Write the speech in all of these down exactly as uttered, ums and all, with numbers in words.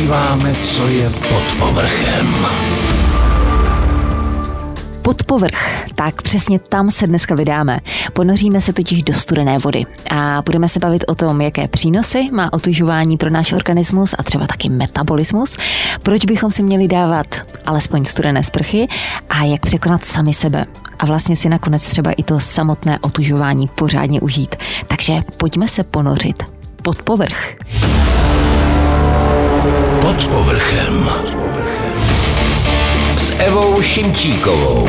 podíváme, co je pod povrchem. Pod povrch, tak přesně tam se dneska vydáme. Ponoříme se totiž do studené vody a budeme se bavit o tom, jaké přínosy má otužování pro náš organismus a třeba taky metabolismus, proč bychom si měli dávat alespoň studené sprchy a jak překonat sami sebe. A vlastně si nakonec třeba i to samotné otužování pořádně užít. Takže pojďme se ponořit pod povrch. Pod povrchem. S Evou Šimčíkovou.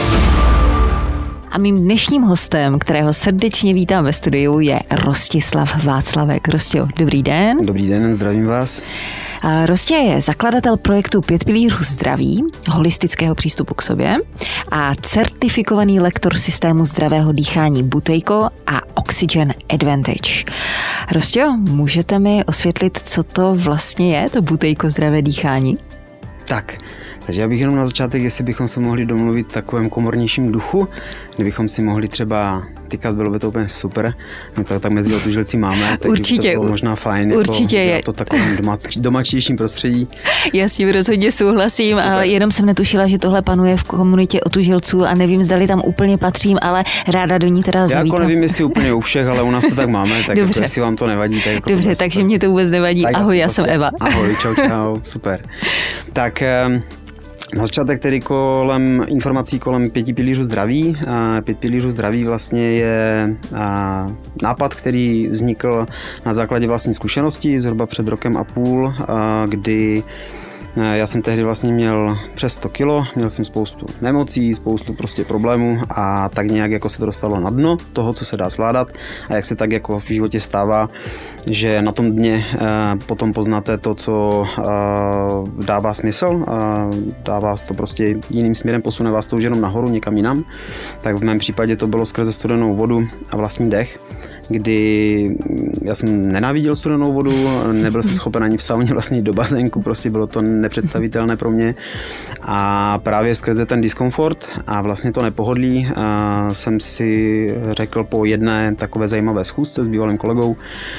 A mým dnešním hostem, kterého srdečně vítám ve studiu, je Rostislav Václavek. Rostio, dobrý den. Dobrý den, zdravím vás. Rostě je zakladatel projektu Pět pilířů zdraví, holistického přístupu k sobě a certifikovaný lektor systému zdravého dýchání Buteyko a Oxygen Advantage. Rostio, můžete mi osvětlit, co to vlastně je, to Buteyko zdravé dýchání? Tak, takže já bych jenom na začátek, jestli bychom se mohli domluvit v takovém komornějším duchu, kdybychom si mohli třeba tykat, bylo by to úplně super. My to tak mezi otužilci máme, takže určitě, by to bylo možná fajn. Určitě jako, je. To takovém domáčnějším prostředí. Já s tím rozhodně souhlasím, super. Ale jenom jsem netušila, že tohle panuje v komunitě otužilců a nevím, zdali tam úplně patřím, ale ráda do ní teda zavítám. Já jako nevím, jestli úplně u všech, ale u nás to tak máme, tak jako, jestli vám to nevadí. Tak jako Dobře, takže mě to vůbec nevadí. Tak ahoj, já jsem Eva. Ahoj, čau, čau, super. Tak na začátek tedy kolem informací kolem pěti pilířů zdraví. Pět pilířů zdraví vlastně je nápad, který vznikl na základě vlastní zkušenosti zhruba před rokem a půl, kdy já jsem tehdy vlastně měl přes sto kilo, měl jsem spoustu nemocí, spoustu prostě problémů a tak nějak jako se to dostalo na dno toho, co se dá zvládat a jak se tak jako v životě stává, že na tom dně potom poznáte to, co dává smysl, dává vás to prostě jiným směrem, posune vás to už jenom nahoru, někam jinam, tak v mém případě to bylo skrze studenou vodu a vlastní dech, kdy já jsem nenáviděl studenou vodu, nebyl jsem schopen ani v sauně vlastně do bazénku, prostě bylo to nepředstavitelné pro mě a právě skrze ten diskomfort a vlastně to nepohodlí jsem si řekl po jedné takové zajímavé schůzce s bývalým kolegou,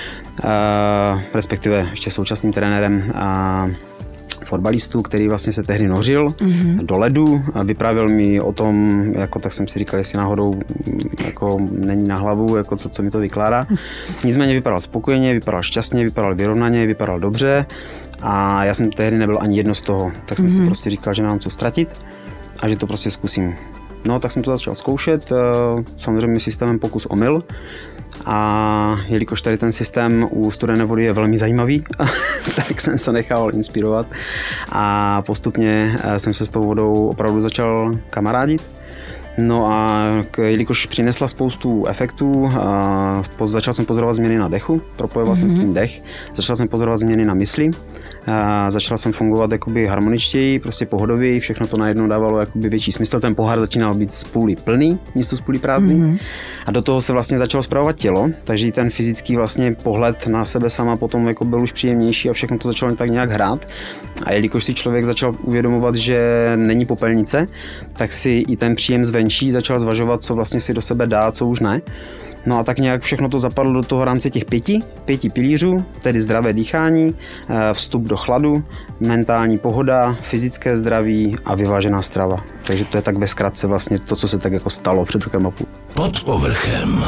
respektive ještě současným trenérem a fotbalistu, který vlastně se tehdy nořil mm-hmm. do ledu a vyprávěl mi o tom, jako tak jsem si říkal, jestli náhodou jako není na hlavu, jako co, co mi to vykládá. Nicméně vypadal spokojeně, vypadal šťastně, vypadal vyrovnaně, vypadal dobře a já jsem tehdy nebyl ani jedno z toho, tak jsem mm-hmm. si prostě říkal, že nemám co ztratit a že to prostě zkusím. No, tak jsem to začal zkoušet, samozřejmě systémem pokus omyl. A jelikož tady ten systém u studené vody je velmi zajímavý, tak jsem se nechal inspirovat a postupně jsem se s tou vodou opravdu začal kamarádit. No a jelikož přinesla spoustu efektů, a začal jsem pozorovat změny na dechu, propojoval mm-hmm. jsem s tím dech, začal jsem pozorovat změny na mysli, a začal jsem fungovat jakoby harmoničtěji, prostě pohodověji, všechno to najednou dávalo jakoby větší smysl, ten pohár začínal být z půli plný, místo z půli prázdný mm-hmm. a do toho se vlastně začalo spravovat tělo, takže i ten fyzický vlastně pohled na sebe sama potom jako byl už příjemnější a všechno to začalo tak nějak hrát a jelikož si člověk začal uvědomovat, že není popelnice, tak si i ten příjem zvenčí začal zvažovat, co vlastně si do sebe dá, co už ne. No a tak nějak všechno to zapadlo do toho rámce těch pěti, pěti pilířů, tedy zdravé dýchání, vstup do chladu, mentální pohoda, fyzické zdraví a vyvážená strava. Takže to je tak ve zkratce vlastně to, co se tak jako stalo před rokem a půl. Pod povrchem.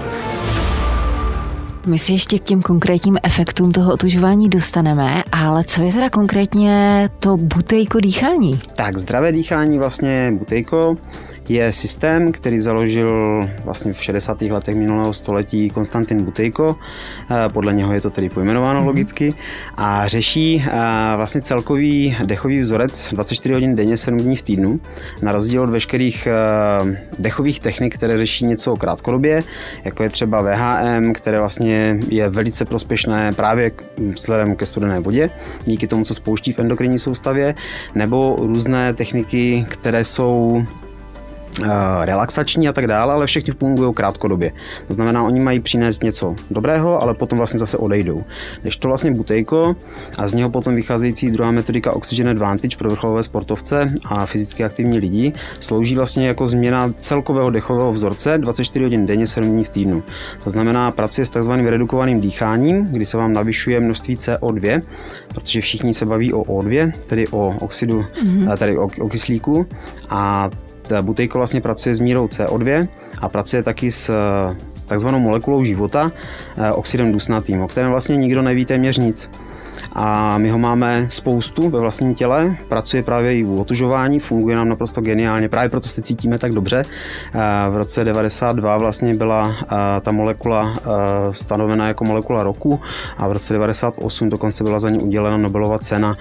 My si ještě k těm konkrétním efektům toho otužování dostaneme, ale co je teda konkrétně to Buteyko dýchání? Tak, zdravé dýchání vlastně Buteyko je systém, který založil vlastně v šedesátých letech minulého století Konstantin Buteyko, podle něho je to tedy pojmenováno mm-hmm. logicky, a řeší vlastně celkový dechový vzorec dvacet čtyři hodin denně, sedm dní v týdnu, na rozdíl od veškerých dechových technik, které řeší něco krátkodobě, jako je třeba V H M, které vlastně je velice prospěšné právě vzhledem ke studené vodě, díky tomu, co spouští v endokrinní soustavě, nebo různé techniky, které jsou relaxační a tak dále, ale všechny fungují krátkodobě. To znamená, oni mají přinést něco dobrého, ale potom vlastně zase odejdou. Když to vlastně butejko a z něho potom vycházející druhá metodika Oxygen Advantage pro vrcholové sportovce a fyzicky aktivní lidi slouží vlastně jako změna celkového dechového vzorce dvacet čtyři hodin denně, sedm dní v týdnu. To znamená, pracuje s takzvaným redukovaným dýcháním, kdy se vám navyšuje množství C O dva, protože všichni se baví o O dva, tedy o oxidu, mm-hmm. tedy o, o kyslíku, a butejko vlastně pracuje s mírou C O dva a pracuje taky s takzvanou molekulou života, oxidem dusnatým, o kterém vlastně nikdo neví téměř nic. A my ho máme spoustu ve vlastním těle, pracuje právě i u otužování, funguje nám naprosto geniálně, právě proto se cítíme tak dobře. V roce devadesát dva vlastně byla ta molekula stanovena jako molekula roku a v roce devadesát osm dokonce byla za ní udělena Nobelova cena.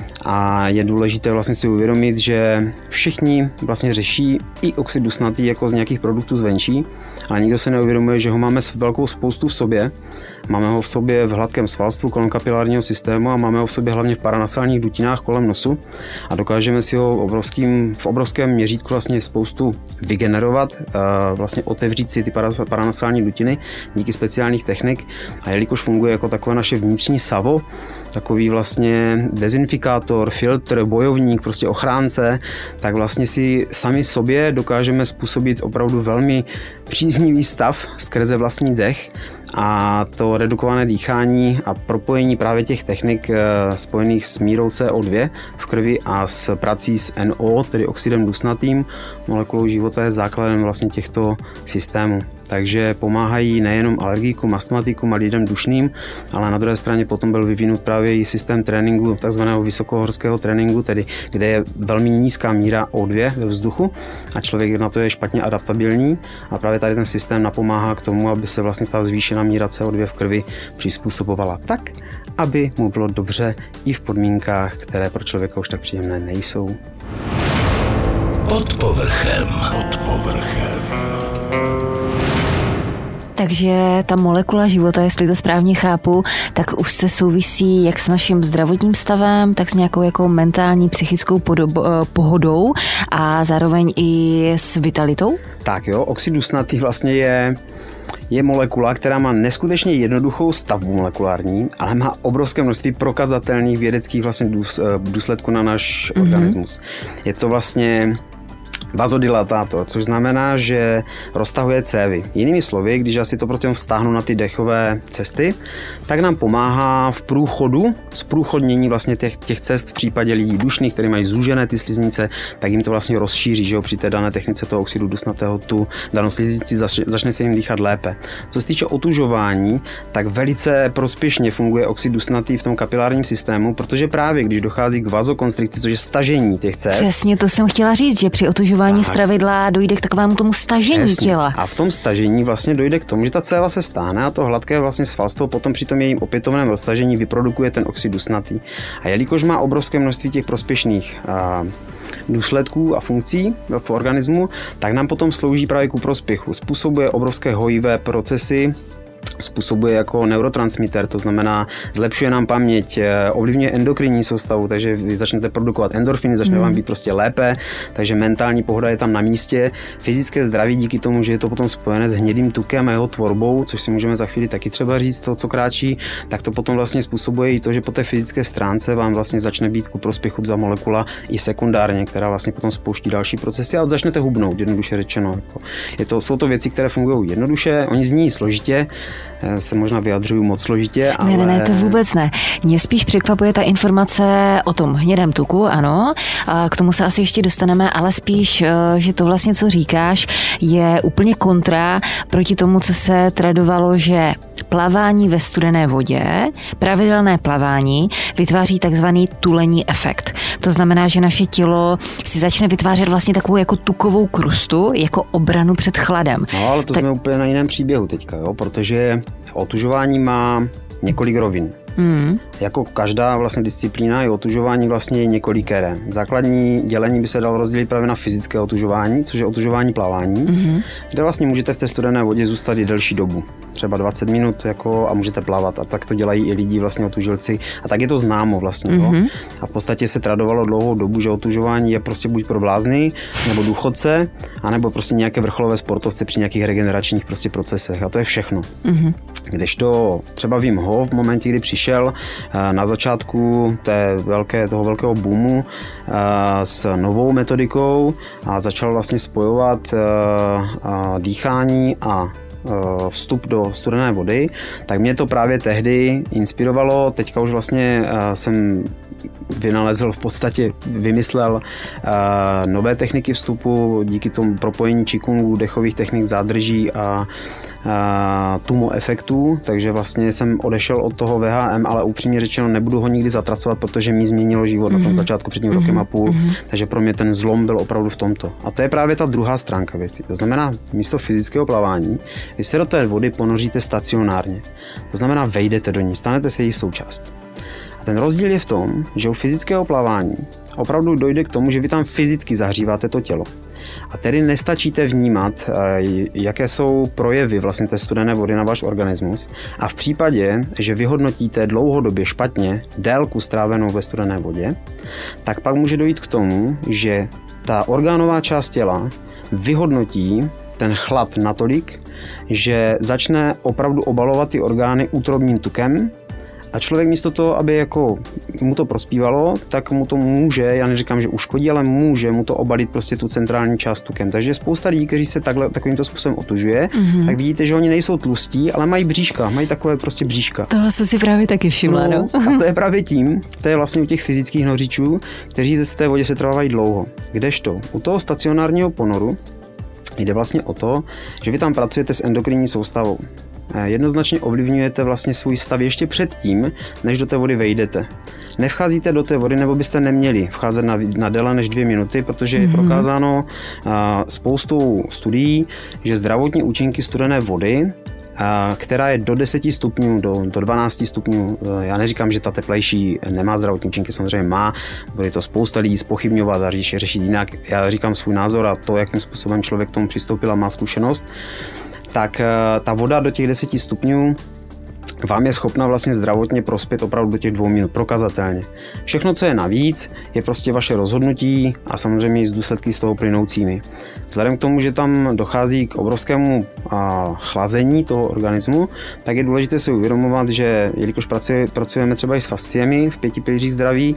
A je důležité vlastně si uvědomit, že všichni vlastně řeší i oxid dusnatý jako z nějakých produktů zvenčí, ale nikdo se neuvědomuje, že ho máme velkou spoustu v sobě. Máme ho v sobě v hladkém svalstvu kolem kapilárního systému a máme ho v sobě hlavně v paranasálních dutinách kolem nosu a dokážeme si ho obrovským, v obrovském měřítku vlastně spoustu vygenerovat, vlastně otevřít si ty paranasální dutiny díky speciálních technik, a jelikož funguje jako takové naše vnitřní savo, takový vlastně dezinfikátor, filtr, bojovník, prostě ochránce, tak vlastně si sami sobě dokážeme způsobit opravdu velmi příznivý stav skrze vlastní dech. A to redukované dýchání a propojení právě těch technik spojených s mírou C O dva v krvi a s prací s N O, tedy oxidem dusnatým, molekulou života, je základem vlastně těchto systémů. Takže pomáhají nejenom alergikům, astmatikům a lidem dušným, ale na druhé straně potom byl vyvinut právě i systém tréninku, takzvaného vysokohorského tréninku, tedy kde je velmi nízká míra O dva ve vzduchu a člověk na to je špatně adaptabilní, a právě tady ten systém napomáhá k tomu, aby se vlastně ta zvýšená míra C O dva v krvi přizpůsobovala tak, aby mu bylo dobře i v podmínkách, které pro člověka už tak příjemné nejsou. Pod povrchem. Pod povrchem. Takže ta molekula života, jestli to správně chápu, tak už se souvisí jak s naším zdravotním stavem, tak s nějakou jako mentální, psychickou podob- pohodou a zároveň i s vitalitou? Tak jo, oxid dusnatý vlastně je je molekula, která má neskutečně jednoduchou stavbu molekulární, ale má obrovské množství prokazatelných vědeckých vlastně důsledků na náš mm-hmm. organismus. Je to vlastně vazodilatátor, což znamená, že roztahuje cévy. Jinými slovy, když já si to prostě vztáhnu na ty dechové cesty, tak nám pomáhá v průchodu, zprůchodnění vlastně těch, těch cest v případě lidí dušných, kteří mají zúžené ty sliznice, tak jim to vlastně rozšíří, že jo, při té dané technice toho oxidu dusnatého tu danou sliznici začne se jim dýchat lépe. Co se týče otužování, tak velice prospěšně funguje oxid dusnatý v tom kapilárním systému, protože právě když dochází k vazokonstrikci, což je stažení těch cév. Přesně, to jsem chtěla říct, že při otužování zpravidla dojde k takovému tomu stažení Jasně. těla. A v tom stažení vlastně dojde k tomu, že ta céva se stáhne a to hladké vlastně svalstvo potom při tom jejím opětovném roztažení vyprodukuje ten oxid dusnatý. A jelikož má obrovské množství těch prospěšných a, důsledků a funkcí v organismu, tak nám potom slouží právě ku prospěchu. Způsobuje obrovské hojivé procesy, způsobuje jako neurotransmitter, to znamená zlepšuje nám paměť, ovlivňuje endokrinní soustavu, takže vy začnete produkovat endorfiny, začne vám být prostě lépe, takže mentální pohoda je tam na místě, fyzické zdraví díky tomu, že je to potom spojené s hnědým tukem a jeho tvorbou, což si můžeme za chvíli taky třeba říct, to, co kráčí, tak to potom vlastně způsobuje i to, že po té fyzické stránce vám vlastně začne být ku prospěchu ta molekula i sekundárně, která vlastně potom spouští další procesy a začnete hubnout, jednoduše řečeno. Je to, jsou to věci, které fungují jednoduše, oni zní složitě, já se možná vyjadřuju moc složitě, ale... Ne, ne, ne, to vůbec ne. Mě spíš překvapuje ta informace o tom hnědém tuku, ano, k tomu se asi ještě dostaneme, ale spíš, že to vlastně, co říkáš, je úplně kontra proti tomu, co se tradovalo, že plavání ve studené vodě, pravidelné plavání, vytváří takzvaný tulení efekt. To znamená, že naše tělo si začne vytvářet vlastně takovou jako tukovou krustu, jako obranu před chladem. No, ale to tak... jsme úplně na jiném příběhu teďka, jo, protože otužování má několik rovin. Mm. jako každá vlastně disciplína je otužování vlastně několikéré. Základní dělení by se dalo rozdělit právě na fyzické otužování, což je otužování plavání, mm-hmm. kde vlastně můžete v té studené vodě zůstat i delší dobu. Třeba dvacet minut jako, a můžete plavat. A tak to dělají i lidi, vlastně otužilci. A tak je to známo vlastně. Mm-hmm. No? A v podstatě se tradovalo dlouhou dobu, že otužování je prostě buď pro blázny, nebo důchodce, anebo prostě nějaké vrcholové sportovce při nějakých regeneračních prostě procesech. A to je všechno. Mm-hmm. Kdežto třeba Wim Hof v momentě, kdy přišel na začátku té velké, toho velkého boomu s novou metodikou a začal vlastně spojovat dýchání a vstup do studené vody, tak mě to právě tehdy inspirovalo. Teďka už vlastně jsem vynalezl, v podstatě vymyslel nové techniky vstupu díky tomu propojení qigongu, dechových technik zádrží a tumo efektů, takže vlastně jsem odešel od toho V H M, ale upřímně řečeno nebudu ho nikdy zatracovat, protože mi změnilo život mm-hmm. na tom začátku před tím mm-hmm. rokem a půl, mm-hmm. takže pro mě ten zlom byl opravdu v tomto. A to je právě ta druhá stránka věci. To znamená, místo fyzického plavání, vy se do té vody ponoříte stacionárně. To znamená, vejdete do ní, stanete se její součástí. A ten rozdíl je v tom, že u fyzického plavání opravdu dojde k tomu, že vy tam fyzicky zahříváte to tělo. A tedy nestačíte vnímat, jaké jsou projevy vlastně té studené vody na váš organismus. A v případě, že vyhodnotíte dlouhodobě špatně délku strávenou ve studené vodě, tak pak může dojít k tomu, že ta orgánová část těla vyhodnotí ten chlad natolik, že začne opravdu obalovat ty orgány útrobním tukem. A člověk místo toho, aby jako mu to prospívalo, tak mu to může, já neříkám, že uškodí, ale může mu to obalit prostě tu centrální část tukem. Takže spousta lidí, kteří se takhle, takovýmto způsobem otužuje, mm-hmm. tak vidíte, že oni nejsou tlustí, ale mají bříška, mají takové prostě bříška. Toho jsem si právě taky všimla, no. A to je právě tím, to je vlastně u těch fyzických noříčů, kteří v té vodě se trvávají dlouho. Kdežto u toho stacionárního ponoru jde vlastně o to, že vy tam pracujete s endokrinní soustavou. Jednoznačně ovlivňujete vlastně svůj stav ještě předtím, než do té vody vejdete. Nevcházíte do té vody, nebo byste neměli vcházet na, na déle než dvě minuty, protože je prokázáno uh, spoustou studií, že zdravotní účinky studené vody, uh, která je do deseti stupňů, do, do dvanácti stupňů, uh, já neříkám, že ta teplejší nemá zdravotní účinky, samozřejmě má, bude to spousta lidí zpochybňovat a řešit, řešit jinak. Já říkám svůj názor a to, jakým způsobem člověk k tomu přistoupil a má zkušenost. Tak ta voda do těch deseti stupňů vám je schopna vlastně zdravotně prospět opravdu do těch dvou minut, prokazatelně. Všechno, co je navíc, je prostě vaše rozhodnutí a samozřejmě i z důsledky z toho plynoucími. Vzhledem k tomu, že tam dochází k obrovskému a, chlazení toho organismu, tak je důležité si uvědomovat, že jelikož pracuje, pracujeme třeba i s fasciemi v pěti pilířích zdraví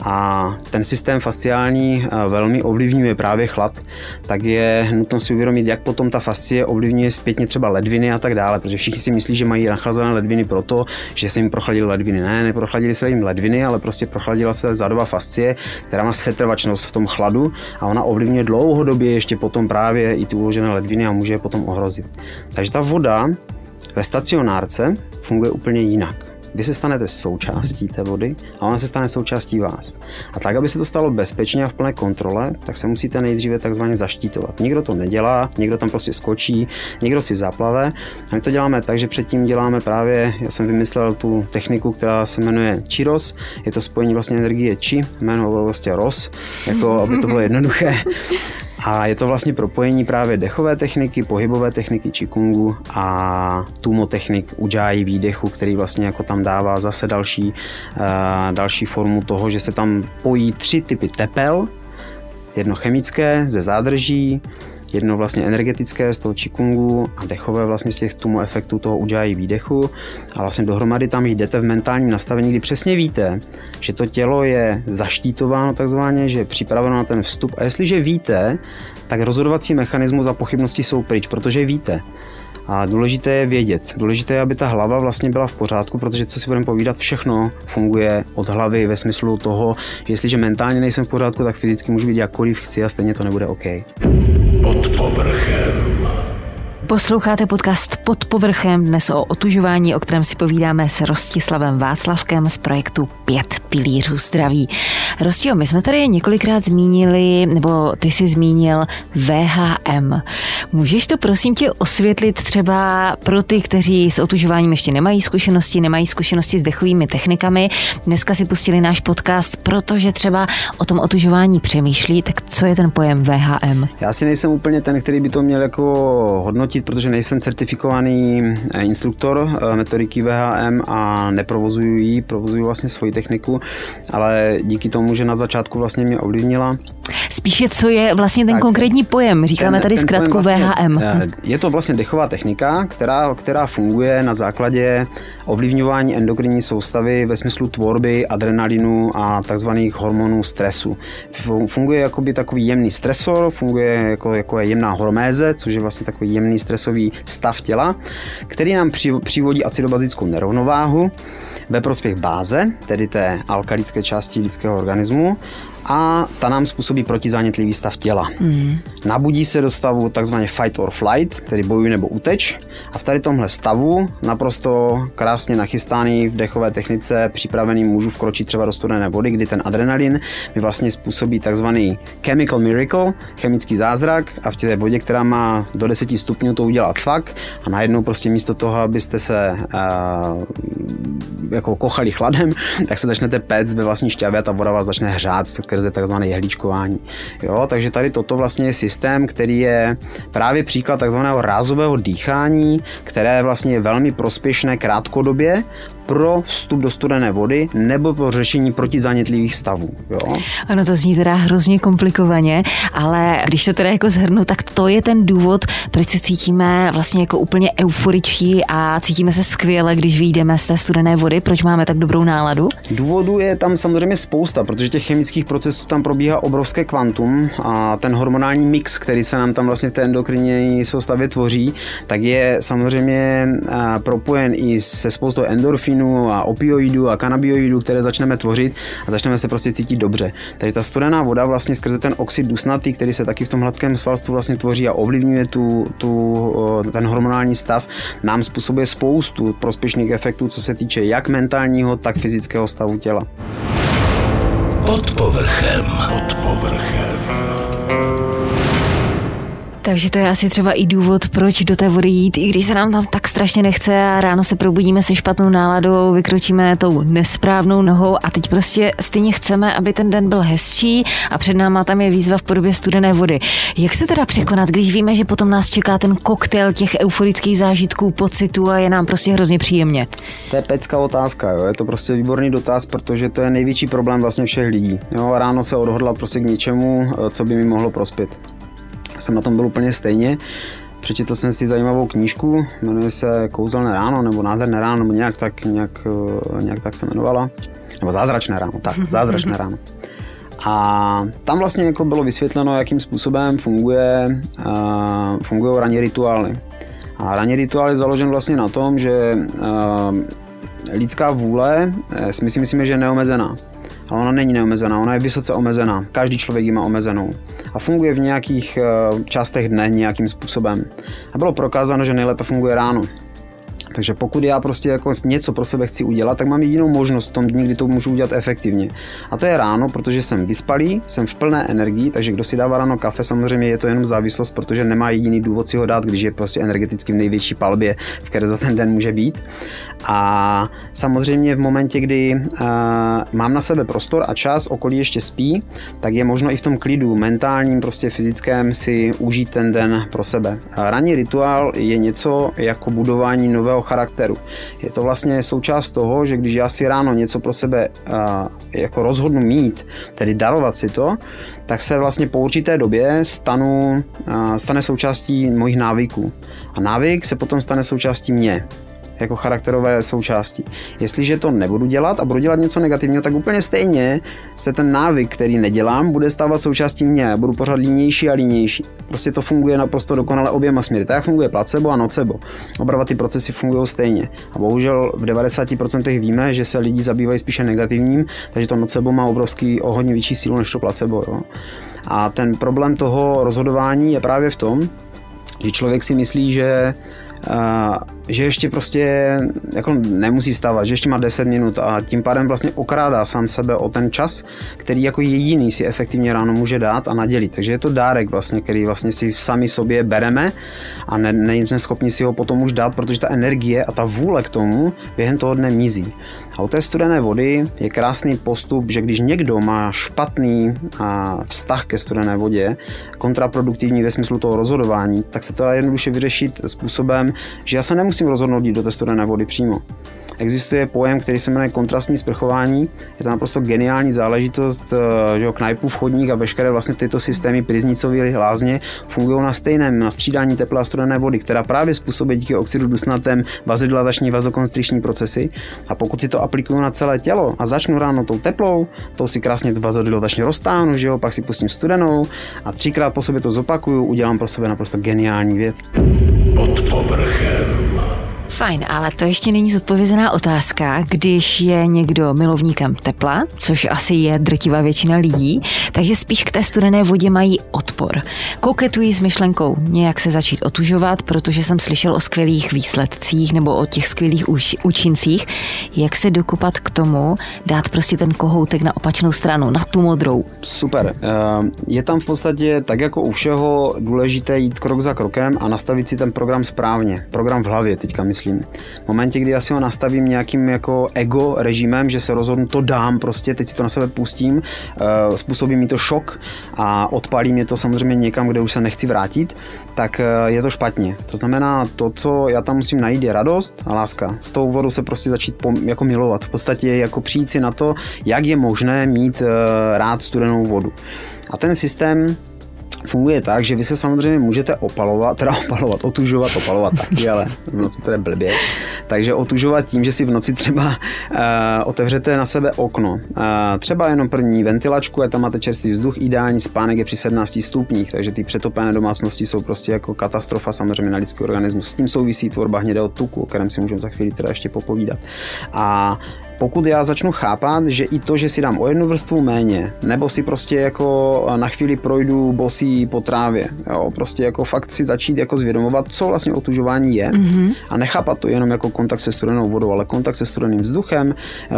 a ten systém fasciální a, velmi ovlivňuje právě chlad, tak je nutno si uvědomit, jak potom ta fascie ovlivňuje zpětně třeba ledviny a tak dále, protože všichni si myslí, že mají nachlazené ledviny proto, že se jim prochladily ledviny. Ne, neprochladily se jim ledviny, ale prostě prochladila se zadová fascie, která má setrvačnost v tom chladu a ona ovlivňuje dlouhodobě ještě potom právě i ty uložené ledviny a může je potom ohrozit. Takže ta voda ve stacionárce funguje úplně jinak. Vy se stanete součástí té vody a ona se stane součástí vás. A tak, aby se to stalo bezpečně a v plné kontrole, tak se musíte nejdříve takzvaně zaštítovat. Nikdo to nedělá, někdo tam prostě skočí, někdo si zaplave. A my to děláme tak, že předtím děláme právě, já jsem vymyslel tu techniku, která se jmenuje Qiros. Je to spojení vlastně energie Qi, jméno vlastně Ros, jako aby to bylo jednoduché. A je to vlastně propojení právě dechové techniky, pohybové techniky qigongu a tumo technik ujjayi výdechu, který vlastně jako tam dává zase další, uh, další formu toho, že se tam pojí tři typy tepel, jedno chemické ze zádrží, jedno vlastně energetické z toho qigongu a dechové vlastně z těch tumo efektů toho ujjayi výdechu a vlastně dohromady tam jdete v mentálním nastavení, kdy přesně víte, že to tělo je zaštítováno takzvaně, že je připraveno na ten vstup a jestliže víte, tak rozhodovací mechanismus a pochybnosti jsou pryč, protože víte. A důležité je vědět. Důležité je, aby ta hlava vlastně byla v pořádku, protože co si budeme povídat, všechno funguje od hlavy ve smyslu toho, že jestliže mentálně nejsem v pořádku, tak fyzicky můžu být jakkoliv chci a stejně to nebude OK. Pod povrchem. Posloucháte podcast Pod povrchem, dnes o otužování, o kterém si povídáme s Rostislavem Václavkem z projektu Pět pilířů zdraví. Rostio, my jsme tady několikrát zmínili, nebo ty jsi zmínil V H M. Můžeš to prosím tě osvětlit třeba pro ty, kteří s otužováním ještě nemají zkušenosti, nemají zkušenosti s dechovými technikami. Dneska si pustili náš podcast, protože třeba o tom otužování přemýšlí, tak co je ten pojem V H M? Já si nejsem úplně ten, který by to měl jako hodnotit, protože nejsem certifikovaný instruktor metodiky V H M a neprovozuju ji, provozuju vlastně svoji techniku, ale díky tomu, že na začátku vlastně mě ovlivnila. Spíše, co je vlastně ten tak, konkrétní pojem? Říkáme ten, tady ten zkratku vlastně, V H M. Je to vlastně dechová technika, která, která funguje na základě ovlivňování endokrinní soustavy ve smyslu tvorby adrenalinu a takzvaných hormonů stresu. Funguje jakoby takový jemný stresor, funguje jako, jako je jemná horméze, což je vlastně takový jemný stresový stav těla, který nám přivodí acidobazickou nerovnováhu ve prospěch báze, tedy té alkalické části lidského organismu, a ta nám způsobí protizánětlivý stav těla. Mm. Nabudí se do stavu takzvaně fight or flight, tedy bojuj nebo uteč, a v tady tomhle stavu naprosto krásně nachystaný v dechové technice připravený můžu vkročit třeba do studené vody, kdy ten adrenalin mi vlastně způsobí takzvaný chemical miracle, chemický zázrak, a v té vodě, která má do deseti stupňů, to udělá cvak a najednou prostě místo toho, abyste se uh, jako kochali chladem, tak se začnete péct ve vlastní šťavě a ta voda vás začne hřát skrze takzvané jehličkování. Jo, takže tady toto vlastně je systém, který je právě příklad takzvaného rázového dýchání, které vlastně je velmi prospěšné krátkodobě pro vstup do studené vody nebo pro řešení protizánětlivých stavů. Jo? Ano, to zní teda hrozně komplikovaně, ale když to teda jako shrnu, tak to je ten důvod, proč se cítíme vlastně jako úplně euforičtí a cítíme se skvěle, když vyjdeme z té studené vody. Proč máme tak dobrou náladu? Důvodů je tam samozřejmě spousta, protože těch chemických procesů tam probíhá obrovské kvantum a ten hormonální mix, který se nám tam vlastně v té endokrinní soustavě tvoří, tak je samozřejmě propojen i se spoustou endorfinů a opioidů a kanabinoidů, které začneme tvořit a začneme se prostě cítit dobře. Takže ta studená voda vlastně skrze ten oxid dusnatý, který se taky v tom hladkém svalstvu vlastně tvoří a ovlivňuje tu, tu, ten hormonální stav, nám způsobuje spoustu prospěšných efektů, co se týče jak mentálního, tak fyzického stavu těla. Pod povrchem. Pod povrchem. Takže to je asi třeba i důvod, proč do té vody jít, i když se nám tam tak strašně nechce a ráno se probudíme se špatnou náladou, vykročíme tou nesprávnou nohou a teď prostě stejně chceme, aby ten den byl hezčí a před náma tam je výzva v podobě studené vody. Jak se teda překonat, když víme, že potom nás čeká ten koktejl těch euforických zážitků, pocitů a je nám prostě hrozně příjemně? To je pecká otázka, jo? Je to prostě výborný dotaz, protože to je největší problém vlastně všech lidí. Jo? Ráno se odhodlat prostě k něčemu, co by mi mohlo prospět. Jsem na tom byl úplně stejně. Přečetl jsem si zajímavou knížku, jmenuje se Kouzelné ráno, nebo Nádherné ráno, nebo nějak tak, nějak, nějak tak se jmenovala. Nebo Zázračné ráno, tak, Zázračné ráno. A tam vlastně jako bylo vysvětleno, jakým způsobem funguje, uh, fungují ranní rituály. A ranní rituál je založen vlastně na tom, že uh, lidská vůle, my si myslíme, že je neomezená. Ale ona není neomezená, ona je vysoce omezená. Každý člověk ji má omezenou. A funguje v nějakých částech dne nějakým způsobem. A bylo prokázáno, že nejlépe funguje ráno. Takže pokud já prostě jako něco pro sebe chci udělat, tak mám jedinou možnost v tom dni, kdy to můžu udělat efektivně. A to je ráno, protože jsem vyspalý, jsem v plné energii, takže kdo si dává ráno kafe, samozřejmě je to jenom závislost, protože nemá jediný důvod si ho dát, když je prostě energeticky v největší palbě, v které za ten den může být. A samozřejmě v momentě, kdy uh, mám na sebe prostor a čas, okolí ještě spí, tak je možno i v tom klidu mentálním, prostě fyzickém si užít ten den pro sebe. A ranní rituál je něco jako budování nového charakteru. Je to vlastně součást toho, že když já si ráno něco pro sebe uh, jako rozhodnu mít, tedy darovat si to, tak se vlastně po určité době stanu, uh, stane součástí mojich návyků. A návyk se potom stane součástí mě. Jako charakterové součásti. Jestliže to nebudu dělat a budu dělat něco negativního, tak úplně stejně se ten návyk, který nedělám, bude stávat součástí mě. Já budu pořád línější a línější. Prostě to funguje naprosto dokonale oběma směry. Tak funguje placebo a nocebo. Oba ty procesy fungují stejně. A bohužel v devadesáti procentech víme, že se lidi zabývají spíše negativním, takže to nocebo má obrovský o hodně větší sílu než to placebo. Jo. A ten problém toho rozhodování je právě v tom, že člověk si myslí, že Uh, že ještě prostě jako nemusí stávat, že ještě má deset minut a tím pádem vlastně okrádá sám sebe o ten čas, který jako jediný si efektivně ráno může dát a nadělit. Takže je to dárek vlastně, který vlastně si sami sobě bereme a ne, nejsme schopni si ho potom už dát, protože ta energie a ta vůle k tomu během toho dne mizí. A u té studené vody je krásný postup, že když někdo má špatný a, vztah ke studené vodě, kontraproduktivní ve smyslu toho rozhodování, tak se to dá jednoduše vyřešit způsobem, že já se nemusím rozhodnout jít do té studené vody přímo. Existuje pojem, který se jmenuje kontrastní sprchování. Je to naprosto geniální záležitost, že knajpů, vchodník a veškeré vlastně tyto systémy pryznicové lázně fungují na stejném, na střídání teplé a studené vody, která právě způsobuje díky oxidu dusnatém vazodilatační vazokonstriční procesy. A pokud si to aplikuju na celé tělo a začnu ráno tou teplou, tou si krásně vazodilatačně roztáhnu, že jo, pak si pustím studenou a třikrát po sobě to zopakuju, udělám pro sebe naprosto geniální věc. Pod povrchem. Fajn, ale to ještě není zodpovězená otázka, když je někdo milovníkem tepla, což asi je drtivá většina lidí, takže spíš k té studené vodě mají odpor. Koketují s myšlenkou nějak se začít otužovat, protože jsem slyšel o skvělých výsledcích nebo o těch skvělých úč- účincích, jak se dokopat k tomu, dát prostě ten kohoutek na opačnou stranu, na tu modrou. Super. Je tam v podstatě tak jako u všeho důležité jít krok za krokem a nastavit si ten program správně. Program v hlavě teďka myslím. V momentě, kdy já si ho nastavím nějakým jako ego režimem, že se rozhodnu, to dám prostě, teď si to na sebe pustím, způsobí mi to šok a odpálí mě to samozřejmě někam, kde už se nechci vrátit, tak je to špatně. To znamená, to, co já tam musím najít, je radost a láska. S tou vodou se prostě začít pom- jako milovat. V podstatě jako přijít si na to, jak je možné mít rád studenou vodu. A ten systém funguje tak, že vy se samozřejmě můžete opalovat, teda opalovat, otužovat, opalovat taky, ale v noci to je blbě. Takže otužovat tím, že si v noci třeba uh, otevřete na sebe okno. Uh, třeba jenom první ventilačku, a tam máte čerstvý vzduch, ideální spánek je při sedmnácti stupních, takže ty přetopené domácnosti jsou prostě jako katastrofa samozřejmě na lidský organismus. S tím souvisí tvorba hnědého tuku, o kterém si můžeme za chvíli teda ještě popovídat. A pokud já začnu chápat, že i to, že si dám o jednu vrstvu méně, nebo si prostě jako na chvíli projdu bosí po trávě, jo, prostě jako fakt si začít jako zvědomovat, co vlastně otužování je mm-hmm. a nechápat to jenom jako kontakt se studenou vodou, ale kontakt se studeným vzduchem,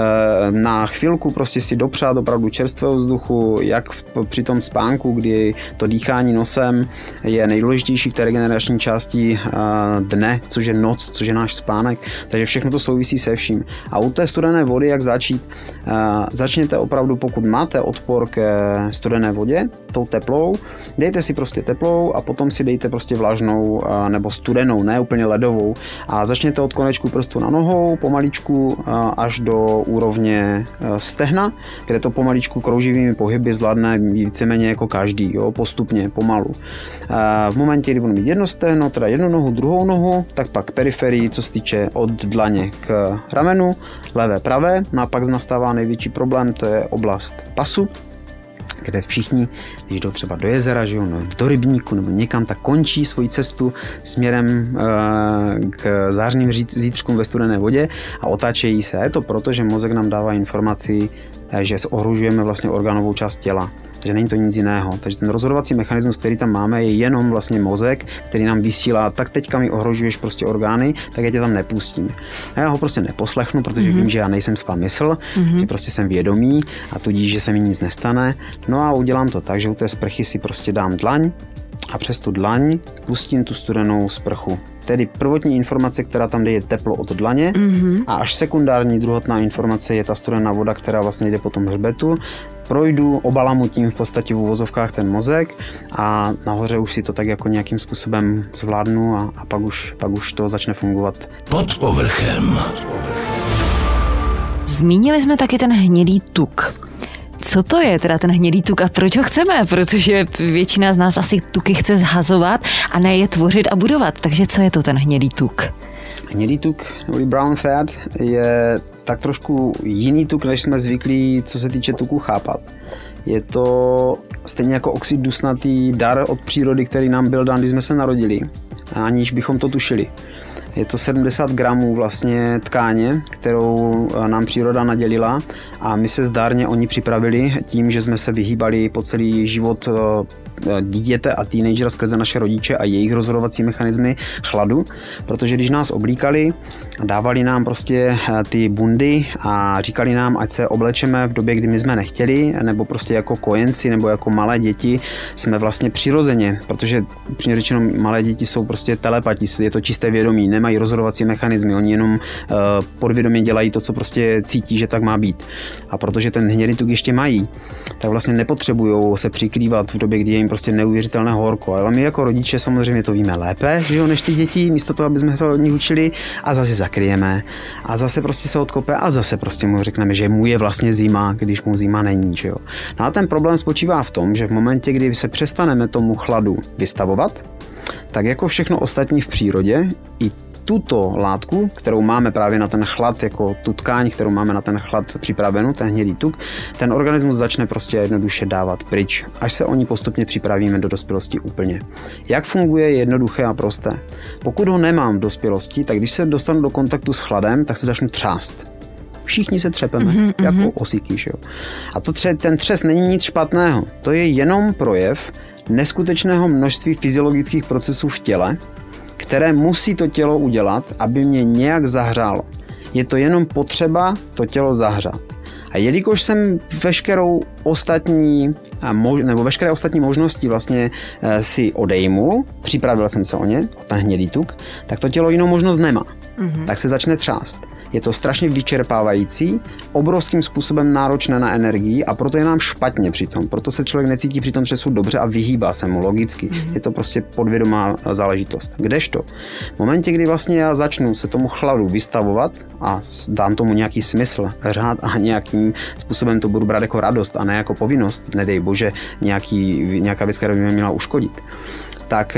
na chvilku prostě si dopřát opravdu čerstvého vzduchu, jak v, při tom spánku, kdy to dýchání nosem je nejdůležitější v té regenerační části dne, což je noc, což je náš spánek, takže všechno to souvisí se vším. A u té studené vody, jak začít? Začněte opravdu, pokud máte odpor ke studené vodě, tou teplou, dejte si prostě teplou a potom si dejte prostě vlažnou nebo studenou, ne úplně ledovou a začněte od konečku prstu na nohou, pomaličku až do úrovně stehna, kde to pomaličku krouživými pohyby zvládne víceméně jako každý, jo, postupně, pomalu. V momentě, kdy budu mít jedno stehno, teda jednu nohu, druhou nohu, tak pak periferii, co se týče od dlaně k ramenu, levé, pravé, no a pak nastává největší problém, to je oblast pasu, kde všichni, když jdou třeba do jezera, že jo, no, do rybníku nebo někam, tak končí svoji cestu směrem e, k zářným zítřkům ve studené vodě a otáčejí se. A je to proto, že mozek nám dává informaci, že ohrožujeme vlastně orgánovou část těla. Takže není to nic jiného. Takže ten rozhodovací mechanismus, který tam máme, je jenom vlastně mozek, který nám vysílá, tak teďka mi ohrožuješ prostě orgány, tak já tě tam nepustím. A já ho prostě neposlechnu, protože mm-hmm. vím, že já nejsem svá mysl, mm-hmm. že prostě jsem vědomý a tudíž, že se mi nic nestane. No a udělám to tak, že u té sprchy si prostě dám dlaň a přes tu dlaň pustím tu studenou sprchu. Tedy prvotní informace, která tam jde, je teplo od dlaně mm-hmm. a až sekundární druhotná informace je ta studená voda, která vlastně jde po tom hřbetu. Projdu, obalamu tím v podstatě v uvozovkách ten mozek a nahoře už si to tak jako nějakým způsobem zvládnu a, a pak, už, pak už to začne fungovat. Pod povrchem. Zmínili jsme taky ten hnědý tuk. Co to je teda ten hnědý tuk a proč ho chceme? Protože většina z nás asi tuky chce zhazovat a ne je tvořit a budovat. Takže co je to ten hnědý tuk? Hnědý tuk, nebo brown fat, je tak trošku jiný tuk, než jsme zvyklí, co se týče tuku chápat. Je to stejně jako oxid dusnatý dar od přírody, který nám byl dán, když jsme se narodili, aniž bychom to tušili. Je to sedmdesát gramů vlastně tkáně, kterou nám příroda nadělila a my se zdárně o ní připravili tím, že jsme se vyhýbali po celý život dítěte a teenagera skrze naše rodiče a jejich rozhodovací mechanismy chladu, protože když nás oblíkali, dávali nám prostě ty bundy a říkali nám, ať se oblečeme v době, kdy my jsme nechtěli, nebo prostě jako kojenci, nebo jako malé děti jsme vlastně přirozeně, protože upřímně řečeno malé děti jsou prostě telepati, je to čisté vědomí, nemají rozhodovací mechanismy, oni jenom uh, podvědomě dělají to, co prostě cítí, že tak má být. A protože ten hnědý tuk ještě mají, tak vlastně nepotřebují se přikrývat v době, kdy je jim prostě neuvěřitelné horko. Ale my jako rodiče samozřejmě to víme lépe, že jo, než ty děti, místo toho, aby jsme se od nich učili a zase zakryjeme a zase prostě se odkope a zase prostě mu řekneme, že mu je vlastně zima, když mu zima není, že jo. No a ten problém spočívá v tom, že v momentě, kdy se přestaneme tomu chladu vystavovat, tak jako všechno ostatní v přírodě, i tuto látku, kterou máme právě na ten chlad, jako tu tkáň, kterou máme na ten chlad připravenou, ten hnědý tuk, ten organismus začne prostě jednoduše dávat pryč, až se o ní postupně připravíme do dospělosti úplně. Jak funguje jednoduché a prosté? Pokud ho nemám v dospělosti, tak když se dostanu do kontaktu s chladem, tak se začnu třást. Všichni se třepeme, mm-hmm, jako mm-hmm. osíky, že jo. A to tře- ten třes není nic špatného, to je jenom projev neskutečného množství fyziologických procesů v těle, které musí to tělo udělat, aby mě nějak zahřálo. Je to jenom potřeba to tělo zahřát. A jelikož jsem veškerou ostatní, nebo veškeré ostatní možnosti vlastně si odejmul, připravil jsem se o ně, o ten hnědý tuk, tak to tělo jinou možnost nemá. Mm-hmm. Tak se začne třást. Je to strašně vyčerpávající, obrovským způsobem náročné na energii a proto je nám špatně přitom. Proto se člověk necítí při tom třesu dobře a vyhýbá se mu logicky. Mm-hmm. Je to prostě podvědomá záležitost. Kdežto? V momentě, kdy vlastně já začnu se tomu chladu vystavovat a dám tomu nějaký smysl, řád a nějakým způsobem to budu brát jako radost a ne jako povinnost, nedej bože nějaký, nějaká věc, která by mě měla uškodit, tak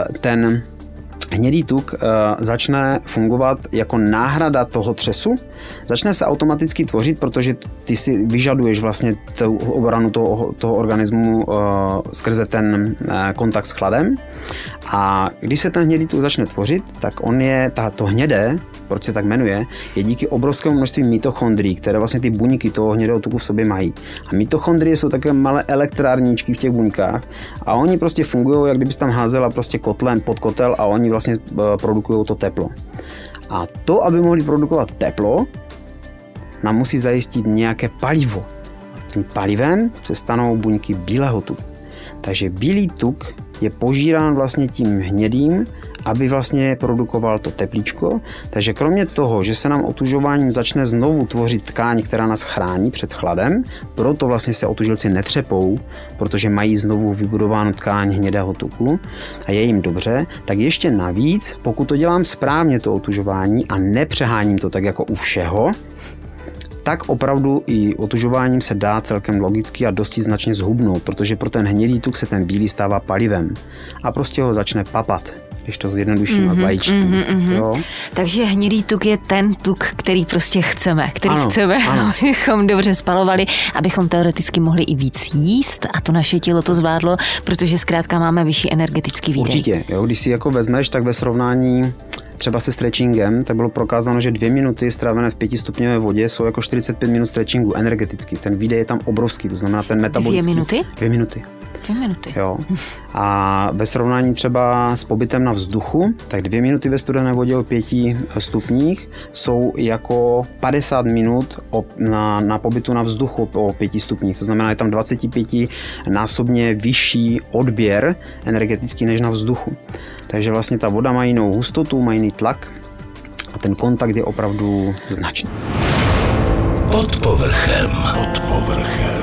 ten hnědý tuk uh, začne fungovat jako náhrada toho třesu, začne se automaticky tvořit, protože ty si vyžaduješ vlastně tu obranu toho, toho organismu uh, skrze ten uh, kontakt s chladem a když se ten hnědý tuk začne tvořit, tak on je, ta, to hnědé, proč se tak jmenuje, je díky obrovskému množství mitochondrií, které vlastně ty buňky toho hnědého tuku v sobě mají. A mitochondrie jsou takové malé elektrárničky v těch buňkách a oni prostě fungují, jak kdybys tam házela prostě kotlem pod kotel a oni vlastně produkují to teplo. A to, aby mohli produkovat teplo, nám musí zajistit nějaké palivo. Tím palivem se stanou buňky bílého tuku. Takže bílý tuk je požírán vlastně tím hnědým, aby vlastně produkoval to teplíčko. Takže kromě toho, že se nám otužováním začne znovu tvořit tkáň, která nás chrání před chladem, proto vlastně se otužilci netřepou, protože mají znovu vybudovánu tkáň hnědého tuku a je jim dobře, tak ještě navíc, pokud to dělám správně to otužování a nepřeháním to tak jako u všeho, tak opravdu i otužováním se dá celkem logicky a dosti značně zhubnout, protože pro ten hnědý tuk se ten bílý stává palivem a prostě ho začne papat, když to zjednoduším mm-hmm, a zlajičtím. Mm-hmm, jo? Takže hnědý tuk je ten tuk, který prostě chceme, který ano, chceme, ano. abychom dobře spalovali, abychom teoreticky mohli i víc jíst a to naše tělo to zvládlo, protože zkrátka máme vyšší energetický výdej. Určitě, jo? Když si jako vezmeš, tak ve srovnání třeba se stretchingem, tak bylo prokázáno, že dvě minuty strávené v pětistupňové vodě jsou jako čtyřicet pět minut stretchingu energeticky. Ten výdej je tam obrovský, to znamená ten metabolický. Dvě minuty? Dvě minuty. Dvě minuty. Jo. A ve srovnání třeba s pobytem na vzduchu, tak dvě minuty ve studené vodě o pěti stupních jsou jako padesát minut na, na pobytu na vzduchu o pěti stupních. To znamená, je tam dvacet pět násobně vyšší odběr energetický než na vzduchu. Takže vlastně ta voda má jinou hustotu, má jiný tlak a ten kontakt je opravdu značný. Pod povrchem. Pod povrchem.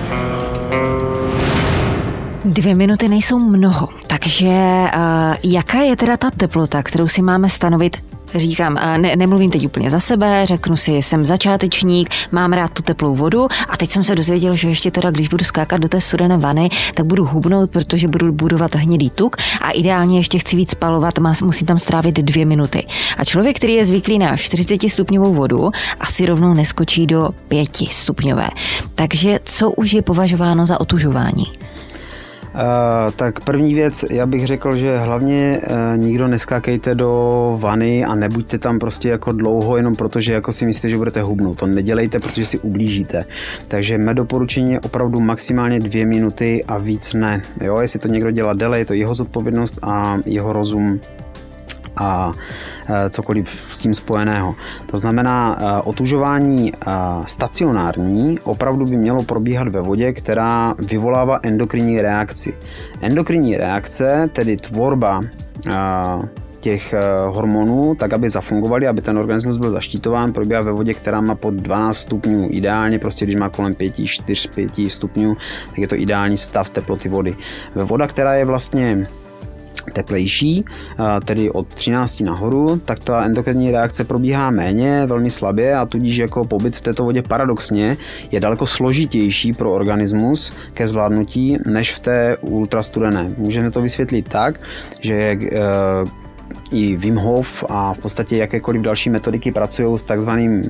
Dvě minuty nejsou mnoho, takže uh, jaká je teda ta teplota, kterou si máme stanovit? Říkám, ne, nemluvím teď úplně za sebe, řeknu si, jsem začátečník, mám rád tu teplou vodu a teď jsem se dozvěděl, že ještě teda, když budu skákat do té studené vany, tak budu hubnout, protože budu budovat hnědý tuk a ideálně ještě chci víc spalovat, má, musím tam strávit dvě minuty. A člověk, který je zvyklý na čtyřicetistupňovou vodu, asi rovnou neskočí do pětistupňové. Takže co už je považováno za otužování? Uh, tak první věc, já bych řekl, že hlavně uh, nikdo neskákejte do vany a nebuďte tam prostě jako dlouho, jenom protože jako si myslíte, že budete hubnout. To nedělejte, protože si ublížíte. Takže mé doporučení je opravdu maximálně dvě minuty a víc ne. Jo, jestli to někdo dělá déle, je to jeho zodpovědnost a jeho rozum a cokoliv s tím spojeného. To znamená, otužování stacionární opravdu by mělo probíhat ve vodě, která vyvolává endokrinní reakci. Endokrinní reakce, tedy tvorba těch hormonů, tak aby zafungovaly, aby ten organismus byl zaštitován, probíhá ve vodě, která má pod dvanáct stupňů. Ideálně, prostě když má kolem pět, čtyři, pět stupňů, tak je to ideální stav teploty vody. Ve voda, která je vlastně teplejší, tedy od třinácti nahoru, tak ta endokrinní reakce probíhá méně, velmi slabě a tudíž jako pobyt v této vodě paradoxně je daleko složitější pro organismus ke zvládnutí než v té ultrastudené. Můžeme to vysvětlit tak, že i Wim Hof a v podstatě jakékoliv další metodiky pracují s takzvaným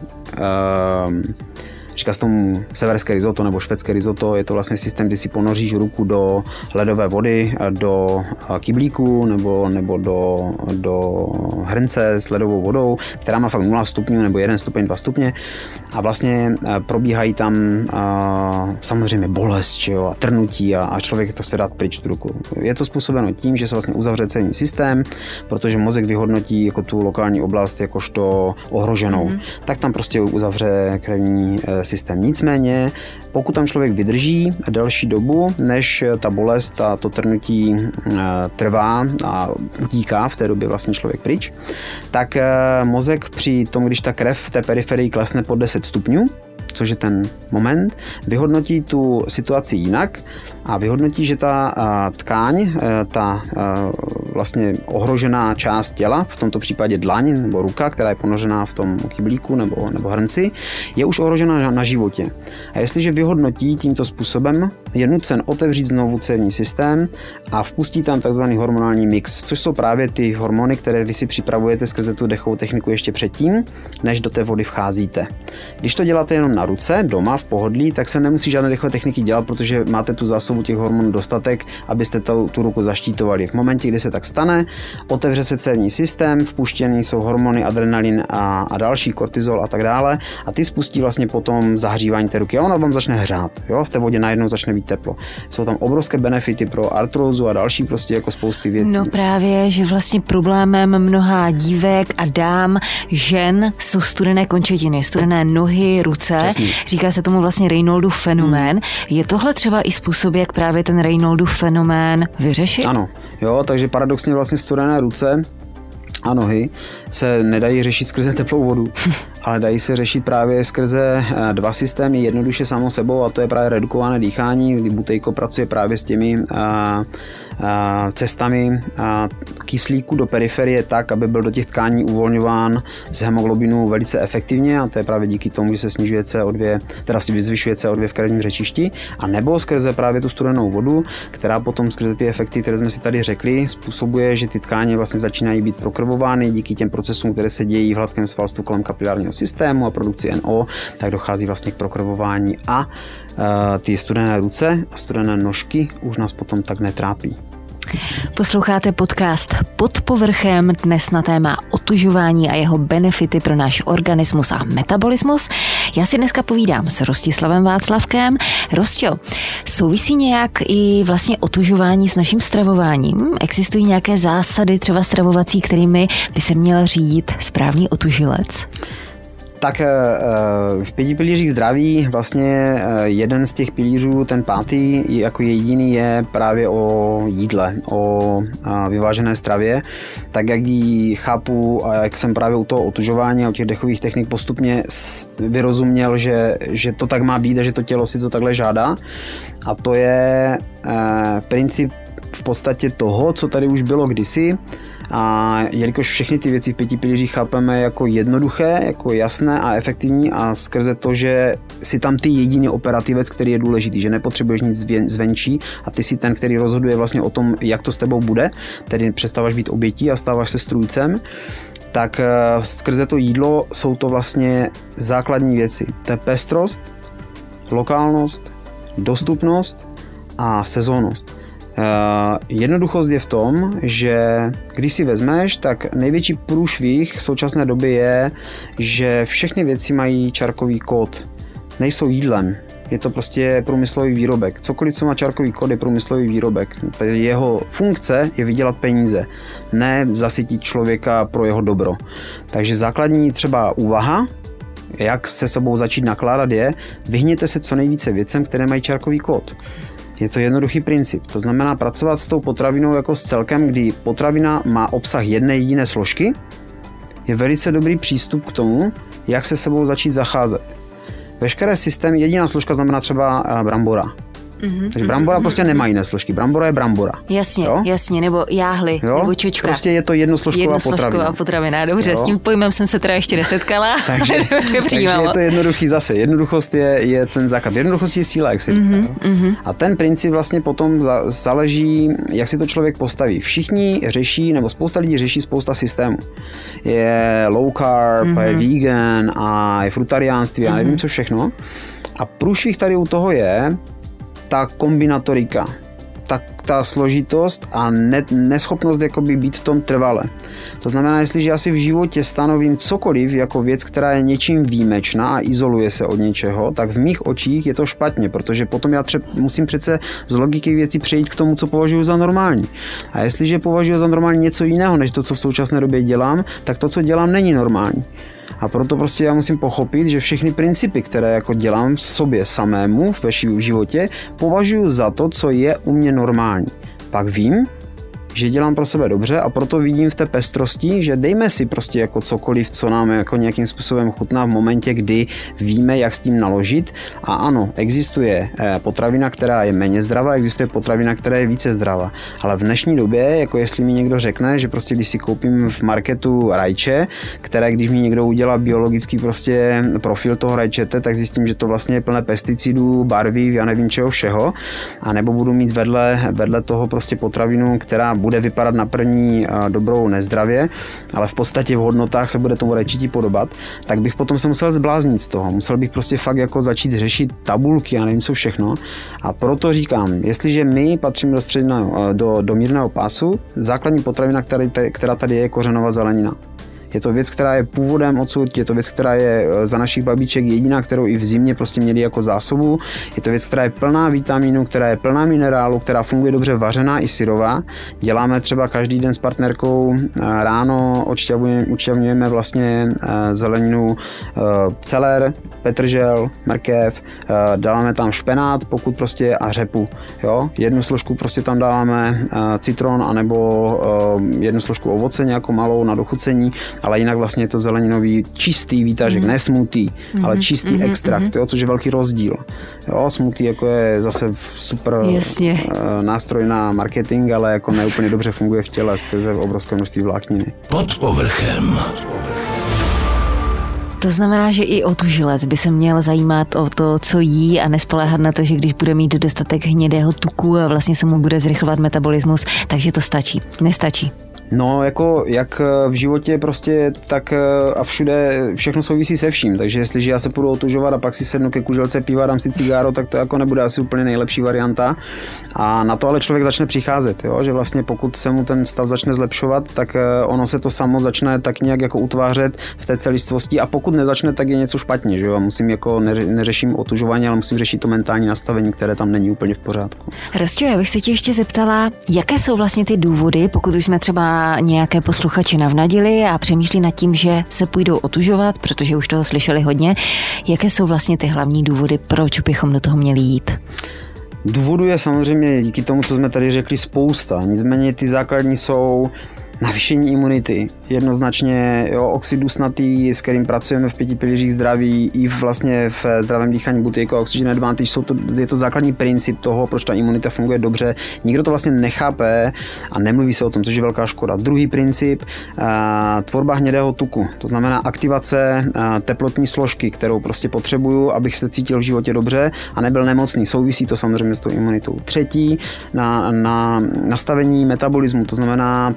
říká se tomu severské risotto nebo švédské risotto, je to vlastně systém, kdy si ponoříš ruku do ledové vody, do kyblíku nebo, nebo do, do hrnce s ledovou vodou, která má fakt nula stupňů nebo jeden stupeň, dva stupně a vlastně probíhají tam a, samozřejmě bolest, či jo, a trnutí a, a člověk to chce dát pryč tu ruku. Je to způsobeno tím, že se vlastně uzavře celý systém, protože mozek vyhodnotí jako tu lokální oblast jakožto ohroženou. Mm. Tak tam prostě uzavře krevní systém. Nicméně, pokud tam člověk vydrží delší dobu, než ta bolest a to trnutí trvá a utíká v té době vlastně člověk pryč, tak mozek při tom, když ta krev v té periferii klesne pod deset stupňů, což je ten moment, vyhodnotí tu situaci jinak a vyhodnotí, že ta tkáň, ta vlastně ohrožená část těla, v tomto případě dlaň nebo ruka, která je ponořená v tom kyblíku nebo, nebo hrnci, je už ohrožena na, na životě. A jestliže vyhodnotí tímto způsobem, je nucen otevřít znovu cévní systém a vpustí tam takzvaný hormonální mix, což jsou právě ty hormony, které vy si připravujete skrze tu dechovou techniku ještě předtím, než do té vody vcházíte. Když to děláte jenom na ruce, doma, v pohodlí, tak se nemusí žádné dechové techniky dělat, protože máte tu zásobu těch hormonů dostatek, abyste tu, tu ruku zaštítovali. V momentě, kdy se tak stane, otevře se cévní systém, vpuštěný jsou hormony adrenalin a, a další, kortizol a tak dále a ty spustí vlastně potom zahřívání té ruky a ona vám začne hřát. Jo? V té vodě najednou začne být teplo. Jsou tam obrovské benefity pro artrózu a další prostě jako spousty věcí. No právě, že vlastně problémem mnoha dívek a dám, žen jsou studené končetiny, studené nohy, ruce. Přesně. Říká se tomu vlastně Raynaudův fenomén. Hmm. Je tohle třeba i způsob, jak právě ten Raynaudův fenomén vyřešit? Ano, jo, takže paradoxně vlastně studené ruce a nohy se nedají řešit skrze teplou vodu, ale dají se řešit právě skrze dva systémy, jednoduše samo sebou, a to je právě redukované dýchání, kdy Buteyko pracuje právě s těmi a, a, cestami a, kyslíku do periferie tak, aby byl do těch tkání uvolňován z hemoglobinu velice efektivně, a to je právě díky tomu, že se snižuje C O dva, teda si vyzvyšuje C O dva v krevním řečišti, a nebo skrze právě tu studenou vodu, která potom skrze ty efekty, které jsme si tady řekli, způsobuje, že ty tkáně vlastně začínají být prokrvovány díky těm procesům, které se dějí v hladkém svalstvu kolem kapilárního systému a produkci N O, tak dochází vlastně k prokrvování a e, ty studené ruce a studené nožky už nás potom tak netrápí. Posloucháte podcast Pod povrchem, dnes na téma otužování a jeho benefity pro náš organismus a metabolismus. Já si dneska povídám s Rostislavem Václavkem. Rostio, souvisí nějak i vlastně otužování s naším stravováním? Existují nějaké zásady třeba stravovací, kterými by se měl řídit správný otužilec? Tak v pěti pilířích zdraví vlastně jeden z těch pilířů, ten pátý, jako jediný je právě o jídle, o vyvážené stravě. Tak jak ji chápu a jak jsem právě u toho otužování a u těch dechových technik postupně vyrozuměl, že, že to tak má být a že to tělo si to takhle žádá. A to je princip v podstatě toho, co tady už bylo kdysi. A jelikož všechny ty věci v pěti pilířích chápeme jako jednoduché, jako jasné a efektivní, a skrze to, že si tam ty jediný operativec, který je důležitý, že nepotřebuješ nic zvenčí a ty si ten, který rozhoduje vlastně o tom, jak to s tebou bude, tedy přestáváš být obětí a stáváš se strůjcem, tak skrze to jídlo jsou to vlastně základní věci. To je pestrost, lokálnost, dostupnost a sezónnost. Jednoduchost je v tom, že když si vezmeš, tak největší průšvih v současné době je, že všechny věci mají čárkový kód. Nejsou jídlem. Je to prostě průmyslový výrobek. Cokoliv, co má čárkový kód, je průmyslový výrobek. Jeho funkce je vydělat peníze, ne zasytit člověka pro jeho dobro. Takže základní třeba úvaha, jak se sebou začít nakládat, je vyhněte se co nejvíce věcem, které mají čárkový kód. Je to jednoduchý princip. To znamená pracovat s tou potravinou jako s celkem, kdy potravina má obsah jedné jediné složky, je velice dobrý přístup k tomu, jak se sebou začít zacházet. Veškeré systémy, jediná složka znamená třeba brambora. Mm-hmm, Takže brambora mm-hmm, prostě nemá jiné složky. Brambora je brambora. Jasně, jo? jasně, nebo jáhly, jo? nebo čočka. Prostě je to jednosložková, jednosložková potravina. potravina. Dobře, jo? S tím pojmem jsem se teda ještě nesetkala. takže, takže je to jednoduchý zase. Jednoduchost je, je ten základ. Jednoduchost je síla, jak se říká. Mm-hmm, mm-hmm. A ten princip vlastně potom za, záleží, jak si to člověk postaví. Všichni řeší, nebo spousta lidí řeší spousta systémů. Je low carb, mm-hmm. je vegan a je frutariánství mm-hmm. a nevím co všechno. A průšvih tady u toho je ta kombinatorika, ta, ta složitost a ne, neschopnost jakoby být v tom trvale. To znamená, jestliže já si v životě stanovím cokoliv jako věc, která je něčím výjimečná a izoluje se od něčeho, tak v mých očích je to špatně, protože potom já třeba musím přece z logiky věcí přejít k tomu, co považuji za normální. A jestliže považuji za normální něco jiného, než to, co v současné době dělám, tak to, co dělám, není normální. A proto prostě já musím pochopit, že všechny principy, které jako dělám v sobě samému ve životě, považuji za to, co je u mě normální. Pak vím, že dělám pro sebe dobře a proto vidím v té pestrosti, že dejme si prostě jako cokoliv, co nám jako nějakým způsobem chutná v momentě, kdy víme, jak s tím naložit. A ano, existuje potravina, která je méně zdravá, existuje potravina, která je více zdravá. Ale v dnešní době, jako jestli mi někdo řekne, že prostě když si koupím v marketu rajče, které když mi někdo udělá biologický prostě profil toho rajčete, tak zjistím, že to vlastně je plné pesticidů, barviv, já nevím čeho všeho. A nebo budu mít vedle, vedle toho prostě potravinu, která bude vypadat na první dobrou nezdravě, ale v podstatě v hodnotách se bude tomu rajčiti podobat, tak bych potom se musel zbláznit z toho. Musel bych prostě fakt jako začít řešit tabulky a nevím co všechno. A proto říkám, jestliže my patříme do středného, do, do mírného pásu, základní potravina, která, která tady je, je kořenová zelenina. Je to věc, která je původem odsud, je to věc, která je za našich babiček jediná, kterou i v zimě prostě měli jako zásobu. Je to věc, která je plná vitamínů, která je plná minerálu, která funguje dobře vařená i syrová. Děláme třeba každý den s partnerkou ráno, odšťavňujeme vlastně zeleninu celer, petržel, mrkev, dáváme tam špenát, pokud prostě a řepu. Jo? Jednu složku prostě tam dáváme citron anebo jednu složku ovoce nějakou malou na dochucení. Ale jinak vlastně je to zeleninový čistý výtažek, mm. ne smoothie, mm. ale čistý mm. extrakt, jo, což je velký rozdíl. Jo, smoothie jako je zase super Jasně. nástroj na marketing, ale jako neúplně dobře funguje v těle skrze obrovské množství vlákniny. Pod povrchem. To znamená, že i otužilec by se měl zajímat o to, co jí a nespoléhat na to, že když bude mít dostatek hnědého tuku a vlastně se mu bude zrychlovat metabolismus, takže to stačí. Nestačí. No, jako jak v životě prostě, tak a všude všechno souvisí se vším, takže jestliže já se půjdu otužovat a pak si sednu ke kuželce piva, dám si cigáro, tak to jako nebude asi úplně nejlepší varianta a na to ale člověk začne přicházet, jo? Že vlastně pokud se mu ten stav začne zlepšovat, tak ono se to samo začne tak nějak jako utvářet v té celistvosti a pokud nezačne, tak je něco špatně, že jo? Musím jako neře- neřeším otužování, ale musím řešit to mentální nastavení, které tam není úplně v pořádku. Rostě, já bych se tě ještě zeptala, jaké jsou vlastně ty důvody, pokud už jsme třeba nějaké posluchače navnadili a přemýšlí nad tím, že se půjdou otužovat, protože už toho slyšeli hodně. Jaké jsou vlastně ty hlavní důvody, proč bychom do toho měli jít? Důvodů je samozřejmě díky tomu, co jsme tady řekli, spousta. Nicméně ty základní jsou navýšení imunity, jednoznačně jo, oxid dusnatý, s kterým pracujeme v pěti pilířích zdraví i vlastně v zdravém dýchání butyku a oxygen advantage, jsou to, je to základní princip toho, proč ta imunita funguje dobře. Nikdo to vlastně nechápe a nemluví se o tom, což je velká škoda. Druhý princip, a, tvorba hnědého tuku, to znamená aktivace a, teplotní složky, kterou prostě potřebuju, abych se cítil v životě dobře a nebyl nemocný. Souvisí to samozřejmě s tou imunitou. Třetí, na, na nastavení metabolismu, to znamená tak nabuzení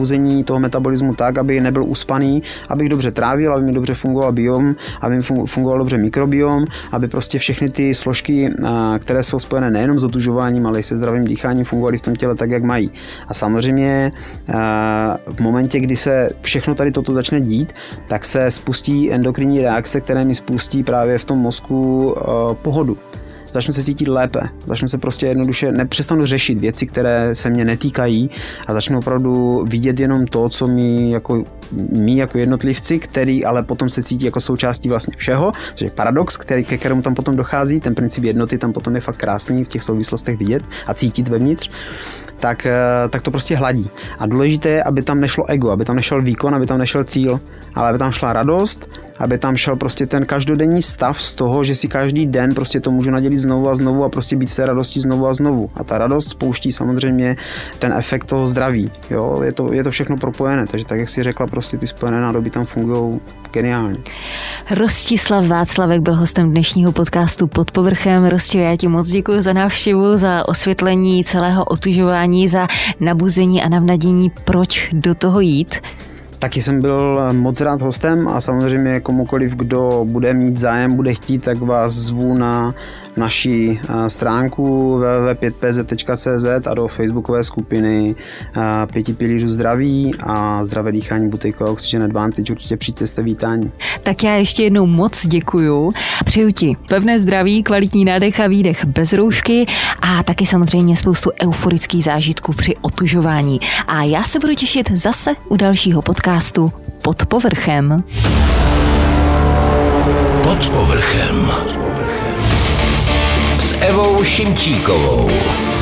nabuzení toho metabolismu tak, aby nebyl uspaný, abych dobře trávil, aby mi dobře fungoval biom, aby mi fungoval dobře mikrobiom, aby prostě všechny ty složky, které jsou spojené nejenom s otužováním, ale i se zdravým dýcháním, fungovaly v tom těle tak, jak mají. A samozřejmě v momentě, kdy se všechno tady toto začne dít, tak se spustí endokrinní reakce, které mi spustí právě v tom mozku pohodu. Začnu se cítit lépe, začnu se prostě jednoduše, nepřestanu řešit věci, které se mě netýkají a začnu opravdu vidět jenom to, co mi jako, my jako jednotlivci, který ale potom se cítí jako součástí vlastně všeho, což je paradox, který, ke kterému tam potom dochází, ten princip jednoty tam potom je fakt krásný v těch souvislostech vidět a cítit vevnitř, tak, tak to prostě hladí. A důležité je, aby tam nešlo ego, aby tam nešel výkon, aby tam nešel cíl, ale aby tam šla radost, aby tam šel prostě ten každodenní stav z toho, že si každý den prostě to můžu nadělit znovu a znovu a prostě být v té radosti znovu a znovu. A ta radost spouští samozřejmě ten efekt toho zdraví. Jo? Je to, je to všechno propojené, takže tak, jak si řekla, prostě ty spojené nádoby tam fungují geniálně. Rostislav Václavek byl hostem dnešního podcastu Pod povrchem. Rostě, já ti moc děkuji za návštěvu, za osvětlení celého otužování, za nabuzení a navnadění, proč do toho jít. Taky jsem byl moc rád hostem a samozřejmě komukoliv, kdo bude mít zájem, bude chtít, tak vás zvu na naši stránku w w w tečka pět p z tečka c z a do facebookové skupiny Pěti pilířů zdraví a zdravé dýchání Buteyko Oxygen Advantage. Určitě přijďte, jste vítáni. Tak já ještě jednou moc děkuju. Přeju ti pevné zdraví, kvalitní nádech a výdech bez roušky a taky samozřejmě spoustu euforických zážitků při otužování. A já se budu těšit zase u dalšího podcastu Pod povrchem. Pod povrchem. S Evou Šimčíkovou.